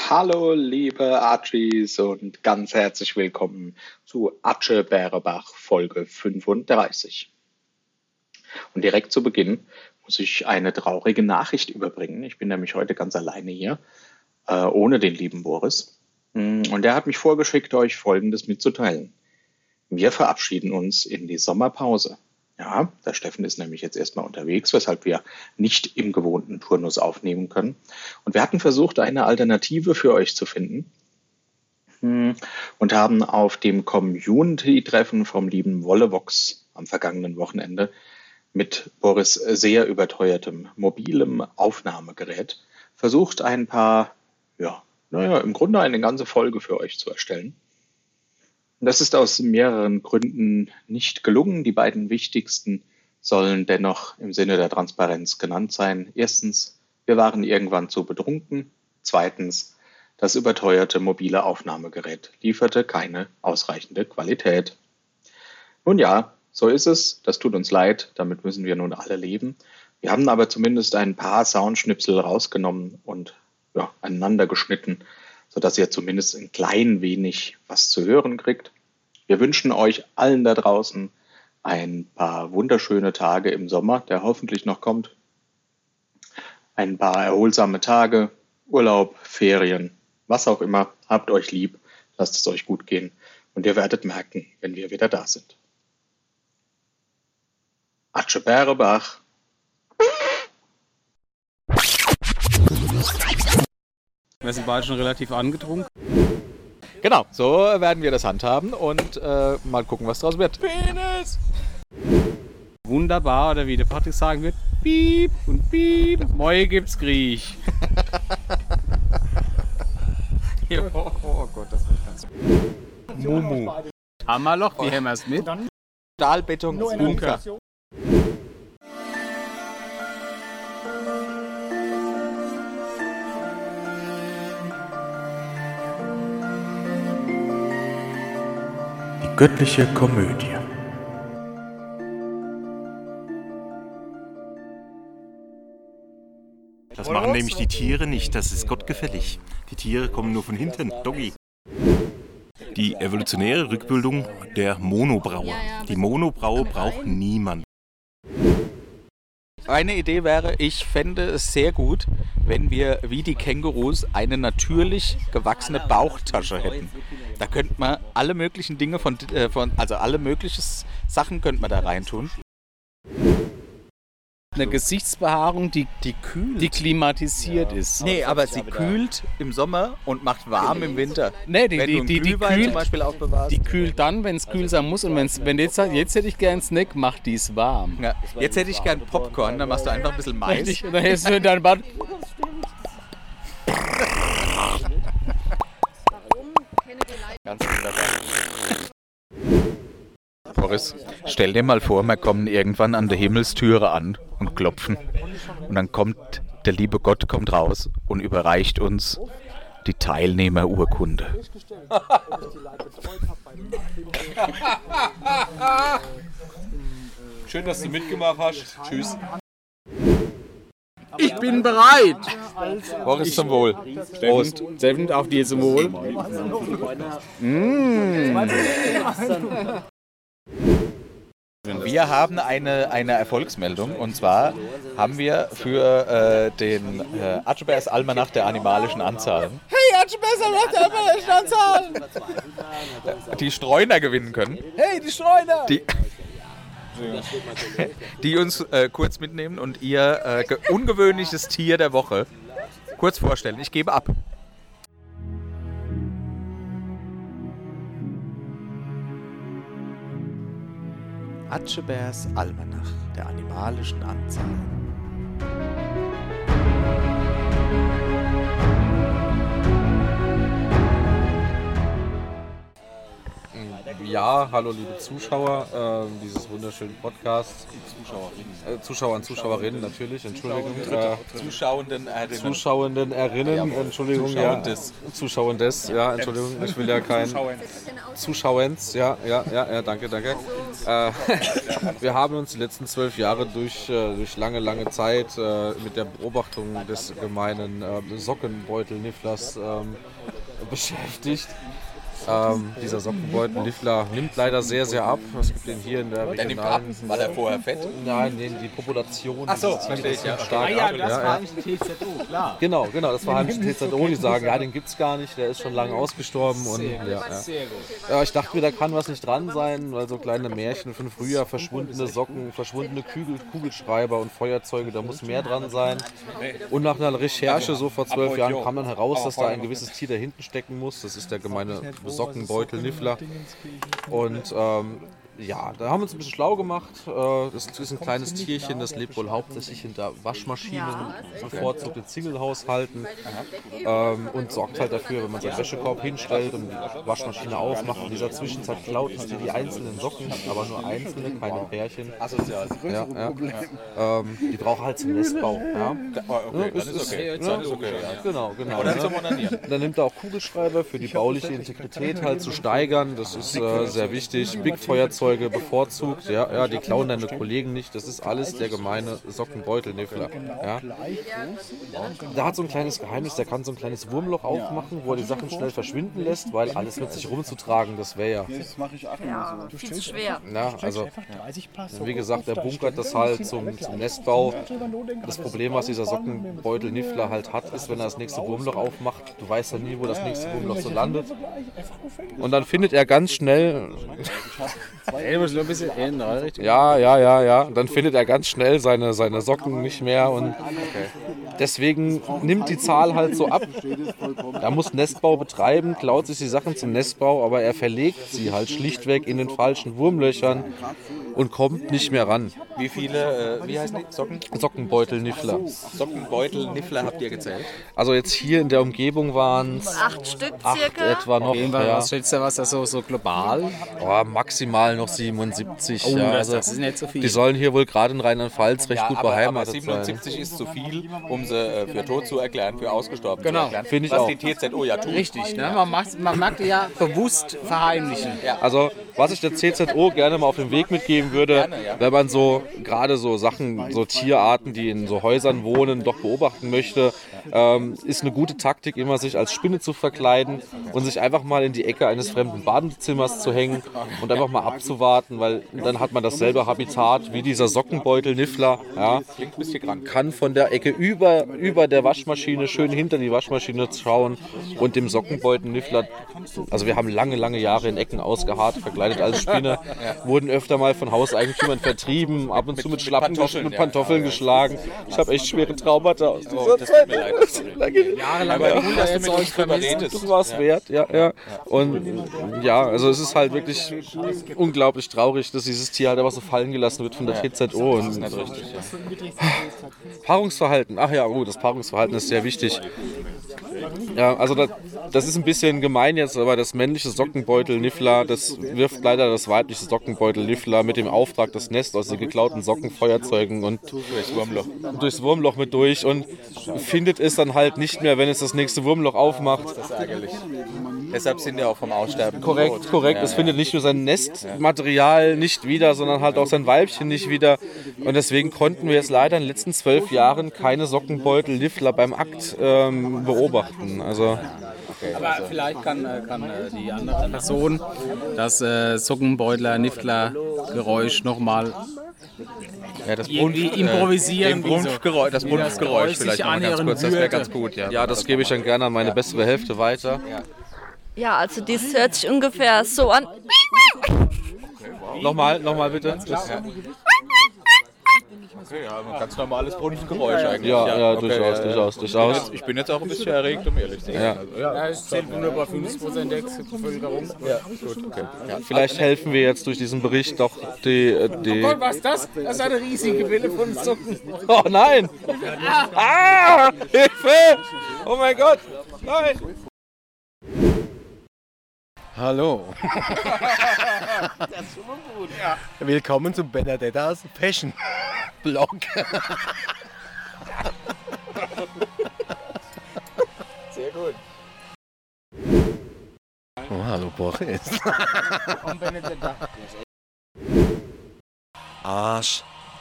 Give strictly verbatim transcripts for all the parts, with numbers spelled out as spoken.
Hallo liebe Archies und ganz herzlich willkommen zu Atsche Bärebach Folge fünfunddreißig. Und direkt zu Beginn muss ich eine traurige Nachricht überbringen. Ich bin nämlich heute ganz alleine hier, äh, ohne den lieben Boris. Und der hat mich vorgeschickt, euch Folgendes mitzuteilen. Wir verabschieden uns in die Sommerpause. Ja, der Steffen ist nämlich jetzt erstmal unterwegs, weshalb wir nicht im gewohnten Turnus aufnehmen können. Und wir hatten versucht, eine Alternative für euch zu finden und haben auf dem Community-Treffen vom lieben Wollevox am vergangenen Wochenende mit Boris sehr überteuertem mobilem Aufnahmegerät versucht, ein paar, ja, naja, im Grunde eine ganze Folge für euch zu erstellen. Das ist aus mehreren Gründen nicht gelungen. Die beiden wichtigsten sollen dennoch im Sinne der Transparenz genannt sein. Erstens, wir waren irgendwann zu betrunken. Zweitens, das überteuerte mobile Aufnahmegerät lieferte keine ausreichende Qualität. Nun ja, so ist es. Das tut uns leid. Damit müssen wir nun alle leben. Wir haben aber zumindest ein paar Soundschnipsel rausgenommen und ja, aneinander geschnitten, sodass ihr zumindest ein klein wenig was zu hören kriegt. Wir wünschen euch allen da draußen ein paar wunderschöne Tage im Sommer, der hoffentlich noch kommt. Ein paar erholsame Tage, Urlaub, Ferien, was auch immer. Habt euch lieb, lasst es euch gut gehen und ihr werdet merken, wenn wir wieder da sind. Atsche Bärebach. Wir sind beide schon relativ angetrunken. Genau, so werden wir das handhaben und äh, mal gucken, was draus wird. Penis! Wunderbar, oder wie der Patrick sagen wird, piep und piep, moi gibt's Griech. oh, oh Gott, das wird ganz... Mumu. Hammerloch, wie haben wir es mit? Stahlbeton, Bunker. Göttliche Komödie. Das machen nämlich die Tiere nicht, das ist gottgefällig. Die Tiere kommen nur von hinten, Doggy. Die evolutionäre Rückbildung der Monobraue. Die Monobraue braucht niemand. Eine Idee wäre, ich fände es sehr gut, wenn wir wie die Kängurus eine natürlich gewachsene Bauchtasche hätten. Da könnte man alle möglichen Dinge von, äh, von also alle möglichen Sachen könnte man da reintun. Eine Gesichtsbehaarung, die, die kühlt, die klimatisiert ja. ist. Nee, aber sie kühlt im Sommer und macht warm im Winter. Nee, die, wenn die, du die, die, Glühwein kühlt, zum Beispiel aufbewahrst. Die kühlt dann, wenn es kühl sein muss. Und wenn's, wenn jetzt sagt, jetzt hätte ich gern Snack, macht die es warm. Ja, jetzt hätte ich gern Popcorn, dann machst du einfach ein bisschen Mais. Richtig, und dann hättest du in deinem Bad... Ganz wunderbar. Boris, stell dir mal vor, wir kommen irgendwann an der Himmelstüre an und klopfen. Und dann kommt der liebe Gott kommt raus und überreicht uns die Teilnehmerurkunde. Schön, dass du mitgemacht hast. Tschüss. Ich bin bereit. Boris zum Wohl. Prost. Steffen, auf dir zum Wohl. Mmh. Wir haben eine, eine Erfolgsmeldung und zwar haben wir für äh, den äh, Atschebärs Almanach der animalischen Anzahlen Hey, Atschebärs Almanach der animalischen Anzahlen! die Streuner gewinnen können. Hey, die Streuner! Die, die uns äh, kurz mitnehmen und ihr äh, ge- ungewöhnliches Tier der Woche kurz vorstellen. Ich gebe ab. Atschebärs Almanach der animalischen Anzahlen. ja, hallo liebe Zuschauer äh, dieses wunderschönen Podcasts. Zuschauerinnen. Äh, Zuschauer und Zuschauerinnen natürlich, Entschuldigung. Äh, Zuschauenden Erinnen. Zuschauenden Erinnen, Entschuldigung. Zuschauendes. Ja. Zuschauendes, ja, Entschuldigung. Ich will ja kein... Zuschauens, ja, ja, ja, ja, danke, danke. Äh, wir haben uns die letzten zwölf Jahre durch, äh, durch lange, lange Zeit äh, mit der Beobachtung des gemeinen äh, Sockenbeutel-Nifflers ähm, beschäftigt. Ähm, dieser Sockenbeutel-Niffler nimmt leider sehr, sehr ab. Es gibt den hier in der Der nimmt ab, regionalen... war der vorher fett? Nein, den, die Population Ach so, dieses verstehe Tieres ich, ja. nimmt stark Ah ja, ab. das ja, war ja. ein T Z O, klar. Genau, genau, das war heimliche T Z O, die sagen, ja, den gibt's gar nicht, der ist schon lange ausgestorben. Und, ja, ja. Sehr gut. Ja, ich dachte mir, da kann was nicht dran sein, weil so kleine Märchen von früher, verschwundene Socken, verschwundene Kügel, Kugelschreiber und Feuerzeuge, da muss mehr dran sein. Und nach einer Recherche so vor zwölf Jahren kam dann heraus, dass da ein gewisses Tier dahinten stecken muss. Das ist der gemeine Sockenbeutel-Niffler. Und ähm, ja, da haben wir uns ein bisschen schlau gemacht. Äh, Das ist ein kleines Tierchen, das lebt wohl hauptsächlich hinter Waschmaschinen, bevorzugt in Single-Haushalten ähm, und sorgt halt dafür, wenn man seinen Wäschekorb hinstellt und die Waschmaschine aufmacht. In dieser Zwischenzeit klaut es dir die einzelnen Socken, aber nur einzelne, keine Pärchen. Asozial. Ja, ja. Ähm, die brauchen halt zum Nestbau. Ja. Okay, Ja, dann ist okay. ja, Dann ist okay, ja. Genau, genau. Oder ne? zum Onanieren. Dann nimmt er auch Kugelschreiber für die bauliche Integrität halt zu steigern. Das ist äh, sehr wichtig. Big-Feuerzeuge bevorzugt. Ja, ja, die klauen deine Kollegen nicht. Das ist alles der gemeine Sockenbeutel-Niffler. Ja. Der hat so ein kleines Geheimnis. Der kann so ein kleines Wurmloch aufmachen, wo er die Sachen schnell verschwinden lässt, weil alles mit sich rumzutragen, das wäre ja... Ja, viel zu schwer. Ja, also wie gesagt, der bunkert das halt zum, zum Nestbau. Das Problem, was dieser Sockenbeutel-Niffler halt hat, ist, wenn er das nächste Wurmloch aufmacht, du weißt ja nie, wo das nächste Wurmloch so landet. Und dann findet er ganz schnell, Ey, muss nur ein bisschen in eine Richtung. ja, ja, ja, ja, dann findet er ganz schnell seine, seine Socken nicht mehr und deswegen nimmt die Zahl halt so ab. Er muss Nestbau betreiben, klaut sich die Sachen zum Nestbau, aber er verlegt sie halt schlichtweg in den falschen Wurmlöchern und kommt nicht mehr ran. Wie viele, äh, wie heißen die? Socken? Sockenbeutel-Niffler. Sockenbeutel, Niffler habt ihr gezählt? Also jetzt hier in der Umgebung waren es Acht Stück acht circa. etwa noch. Auf jeden Fall, Ja. was schätzt du, was das so, so global? Oh, maximal noch siebenundsiebzig. Oh, ja, das, also das ist nicht so viel. die sollen hier wohl gerade in Rheinland-Pfalz recht gut aber, aber beheimatet sein. siebenundsiebzig ist zu viel, um sie äh, für tot zu erklären, für ausgestorben Genau. zu erklären. Finde ich was auch. die T Z O ja tut. Richtig, ne? man, macht, man mag die ja bewusst verheimlichen. Also was ich der C Z O gerne mal auf den Weg mitgeben würde, Gerne, ja. wenn man so gerade so Sachen, so Tierarten, die in so Häusern wohnen, doch beobachten möchte, ähm, ist eine gute Taktik, immer sich als Spinne zu verkleiden und sich einfach mal in die Ecke eines fremden Badezimmers zu hängen und einfach mal abzuwarten, weil dann hat man dasselbe Habitat wie dieser Sockenbeutel-Niffler. Ja. Klingt ein bisschen krank. Kann von der Ecke über, über der Waschmaschine schön hinter die Waschmaschine schauen und dem Sockenbeutel-Niffler, also wir haben lange, lange Jahre in Ecken ausgeharrt, verkleidet als Spinne, wurden öfter mal von Hauseigentümern vertrieben, ab und zu mit Schlappen, Pantoffeln, mit ja. Pantoffeln geschlagen. Ich habe echt schwere Traumata aus dieser Oh, das Zeit. tut mir leid. sorry. Jahrelang Aber ja, cool, dass du mit uns euch drüber vermisst. redest. Das war es wert, ja, ja. Und ja, also es ist halt wirklich unglaublich traurig, dass dieses Tier halt einfach so fallen gelassen wird von der T Z O. Und Nicht richtig, ja. Paarungsverhalten, ach ja, gut, das Paarungsverhalten ist sehr wichtig. Ja, also das, das ist ein bisschen gemein jetzt, aber das männliche Sockenbeutel-Niffler, das wirft leider das weibliche Sockenbeutel-Niffler mit dem Auftrag das Nest aus den geklauten Sockenfeuerzeugen und Durchs Wurmloch. durchs Wurmloch mit durch und findet es dann halt nicht mehr, wenn es das nächste Wurmloch aufmacht. Das ist ärgerlich. Deshalb sind wir auch vom Aussterben Korrekt, bedroht. korrekt. Ja, Es ja. findet nicht nur sein Nestmaterial nicht wieder, sondern halt auch sein Weibchen nicht wieder. Und deswegen konnten wir jetzt leider in den letzten zwölf Jahren keine Sockenbeutel-Niffler beim Akt ähm, beobachten. Also Aber vielleicht kann, äh, kann äh, die andere Person das äh, Sockenbeutler-Niffler-Geräusch nochmal Ja, das irgendwie Brunf- improvisieren, Äh, wie den so- Brunfgeräusch, das wie das Brunfgeräusch Geräusch vielleicht sich noch mal ganz anhören kurz. Das wäre würde. ganz gut, ja. ja, das gebe ich dann gerne an meine bessere Hälfte weiter. Ja, also das hört sich ungefähr so an. Nochmal, nochmal bitte. Das, Okay, ja, ein ganz normales Brunfgeräusch eigentlich. ja, ja, okay, durchaus, ja, durchaus, ja. durchaus. Ich bin jetzt auch ein bisschen erregt, um ehrlich zu sein. Ja. Also, Ja, es zählt nur bei fünfzig Prozent der Bevölkerung. ja, gut, okay. Ja. Vielleicht helfen wir jetzt durch diesen Bericht doch die... äh, die Gott, was ist das? Das ist eine riesige Welle von Socken. oh nein! Ah! Hilfe! Oh mein Gott! Nein! Hallo. Das ist schon mal gut. Ja. Willkommen zu Benedettas Fashion Blog. Sehr gut. Oh, hallo Boris. Und Benedetta. Arsch.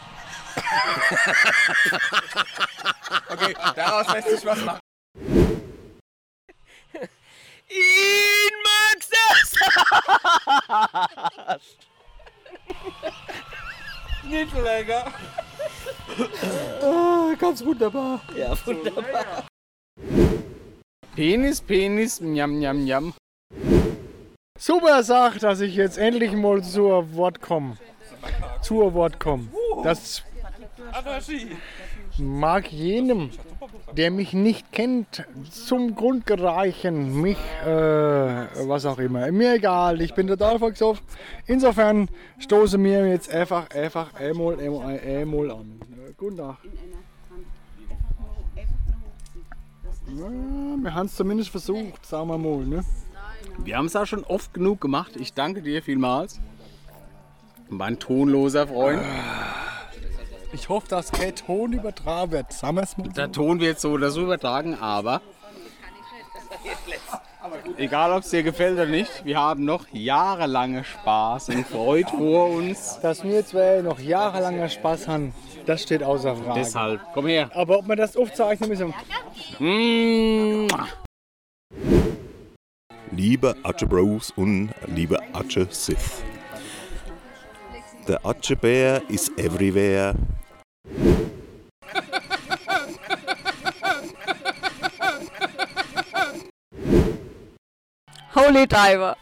Okay, daraus lässt sich was machen. Ihn magst es! Nicht lecker. Ah, ganz wunderbar. Ja, wunderbar. Penis, Penis, njam, njam, njam. Super Sache, dass ich jetzt endlich mal zur Wort komme. Zur Wort komme. Das mag jenem, der mich nicht kennt, zum Grund gereichen. Mich, äh, was auch immer. Mir egal, ich bin total volksauf. Insofern stoße mir jetzt einfach, einfach einmal, einmal, einmal an. Guten Tag. Ja, wir haben es zumindest versucht, sagen wir mal. Ne? Wir haben es auch schon oft genug gemacht. Ich danke dir vielmals. Mein tonloser Freund. Ich hoffe, dass kein Ton übertragen wird. Sagen wir es mal so. Der Ton wird so oder so übertragen, aber egal ob es dir gefällt oder nicht, wir haben noch jahrelange Spaß und Freude vor uns. Dass wir zwei noch jahrelanger Spaß haben, das steht außer Frage. Deshalb, komm her. Aber ob wir das aufzeichnen müssen. Mmh. Liebe Atsche Bros und liebe Atsche Sith. Der Atsche Bär is everywhere. Holy Diver.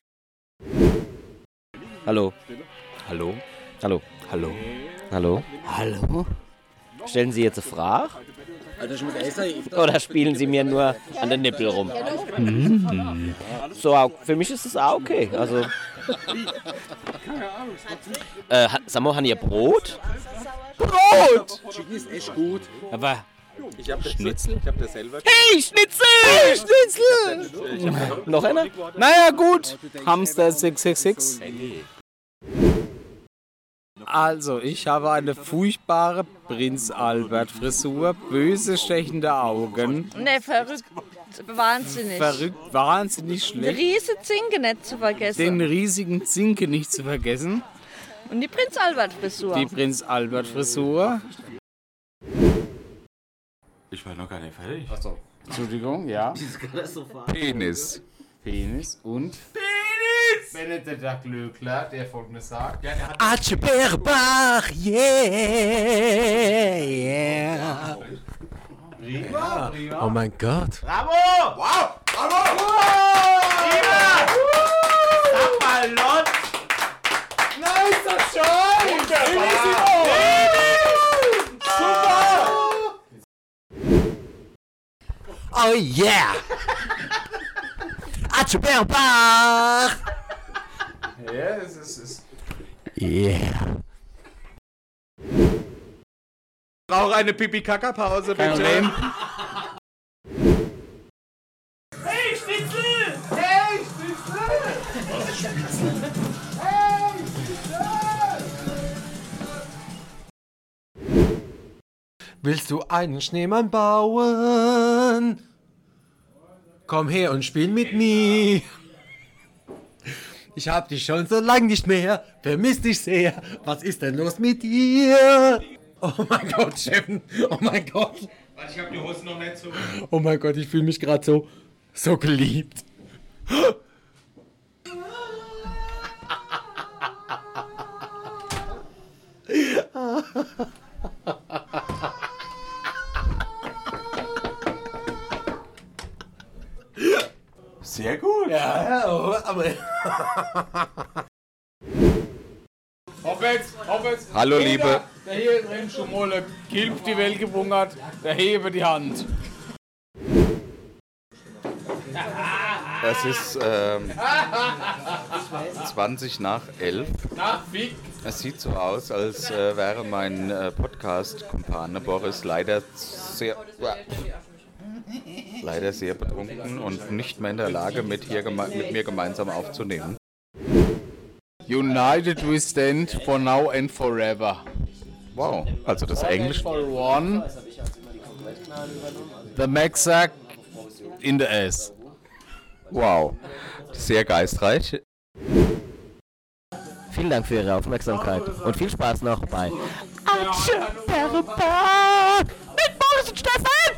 Hallo. Hallo? Hallo. Hallo? Hallo. Hallo? Stellen Sie jetzt eine Frage? Oder spielen Sie mir nur an den Nippel rum? Mhm. So, für mich ist es auch okay. Also. Äh, sag mal, haben ihr Brot? Brot! Chicken ist echt gut. Aber Ich hab Schnitzel? Ich hab das selber. Hey, Schnitzel! Hey, Schnitzel! Noch einer? Naja gut, Hamster sechs sechs sechs. Also, ich habe eine furchtbare Prinz Albert Frisur, böse stechende Augen, Ne, verrückt. Wahnsinnig. verrückt, wahnsinnig Die schlecht, riese Zinke nicht zu vergessen. den riesigen Zinke nicht zu vergessen, Und die Prinz Albert Frisur. die Prinz Albert Frisur. Ich war noch gar nicht fertig. Achso, Entschuldigung, ja. Penis. Penis und Penis! Benedetta Glöckler, der folgendes sagt. Atsche Bärbach, yeah, yeah. Prima, prima. Oh mein Gott. Bravo! Wow! Bravo! Prima! Sag mal, Lott! Nein, ist das schon! Super! Oh yeah. Atsche Bärbach. Ja, das ist es. Yeah. Ich brauche eine Pipi-Kaka-Pause, Kein bitte. Problem. Hey, Schnitzel! Hey, Schnitzel! Willst du einen Schneemann bauen? Komm her und spiel mit mir. Ich hab dich schon so lang nicht mehr, vermiss dich sehr. Was ist denn los mit dir? Oh mein Gott, Steffen. Oh mein Gott. Ich hab die Hosen noch nicht so. Oh mein Gott, ich fühle mich gerade so, so geliebt. Sehr gut. Ja, oh, aber... Hoppets, Hoppets. Hallo, Liebe. Der hier drin schon mal ein Kilp die Welt gewungert, der hebe die Hand. Es ist ähm, zwanzig nach elf. Na, Fick. Es sieht so aus, als äh, wäre mein äh, Podcast-Kumpane Boris leider sehr... leider sehr betrunken und nicht mehr in der Lage, mit, hier geme- mit mir gemeinsam aufzunehmen. United we stand for now and forever. Wow, also das Englisch. For one, the Maxac in the ass. Wow, sehr geistreich. Vielen Dank für Ihre Aufmerksamkeit und viel Spaß noch bei Atsche Bärenbach mit Boris und Stefan!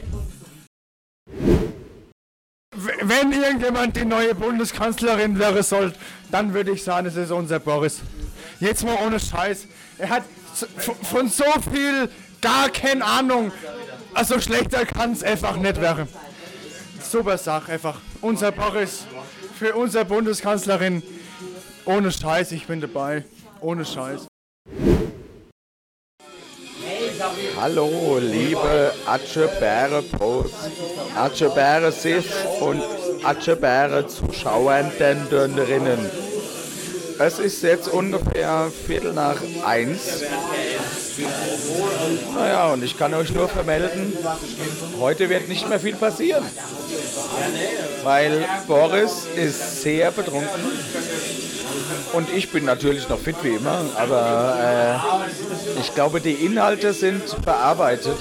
W- Wenn irgendjemand die neue Bundeskanzlerin wäre soll, dann würde ich sagen, es ist unser Boris. Jetzt mal ohne Scheiß. Er hat z- v- von so viel gar keine Ahnung. Also schlechter kann es einfach nicht werden. Super Sache einfach. Unser Boris für unsere Bundeskanzlerin. Ohne Scheiß, ich bin dabei. Ohne Scheiß. Hallo, liebe Atsche Bäre Post, Atsche Bäre Sis und Atsche Bäre Zuschauerinnen. Es ist jetzt ungefähr Viertel nach eins. Naja, und ich kann euch nur vermelden, heute wird nicht mehr viel passieren. Weil Boris ist sehr betrunken. Und ich bin natürlich noch fit wie immer, aber äh, ich glaube, die Inhalte sind bearbeitet.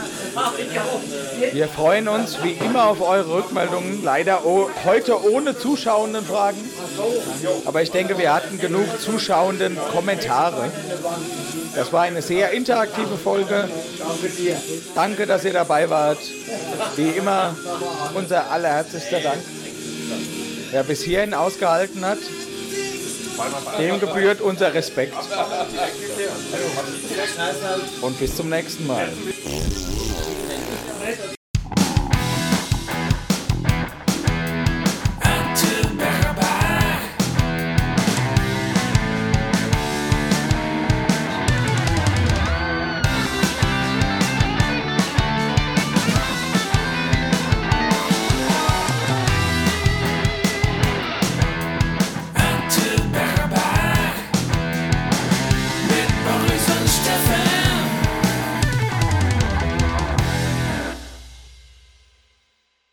Wir freuen uns wie immer auf eure Rückmeldungen, leider oh, heute ohne zuschauenden Fragen. Aber ich denke, wir hatten genug zuschauenden Kommentare. Das war eine sehr interaktive Folge. Danke, dass ihr dabei wart. Wie immer, unser allerherzlichster Dank. Wer bis hierhin ausgehalten hat, dem gebührt unser Respekt. Und bis zum nächsten Mal.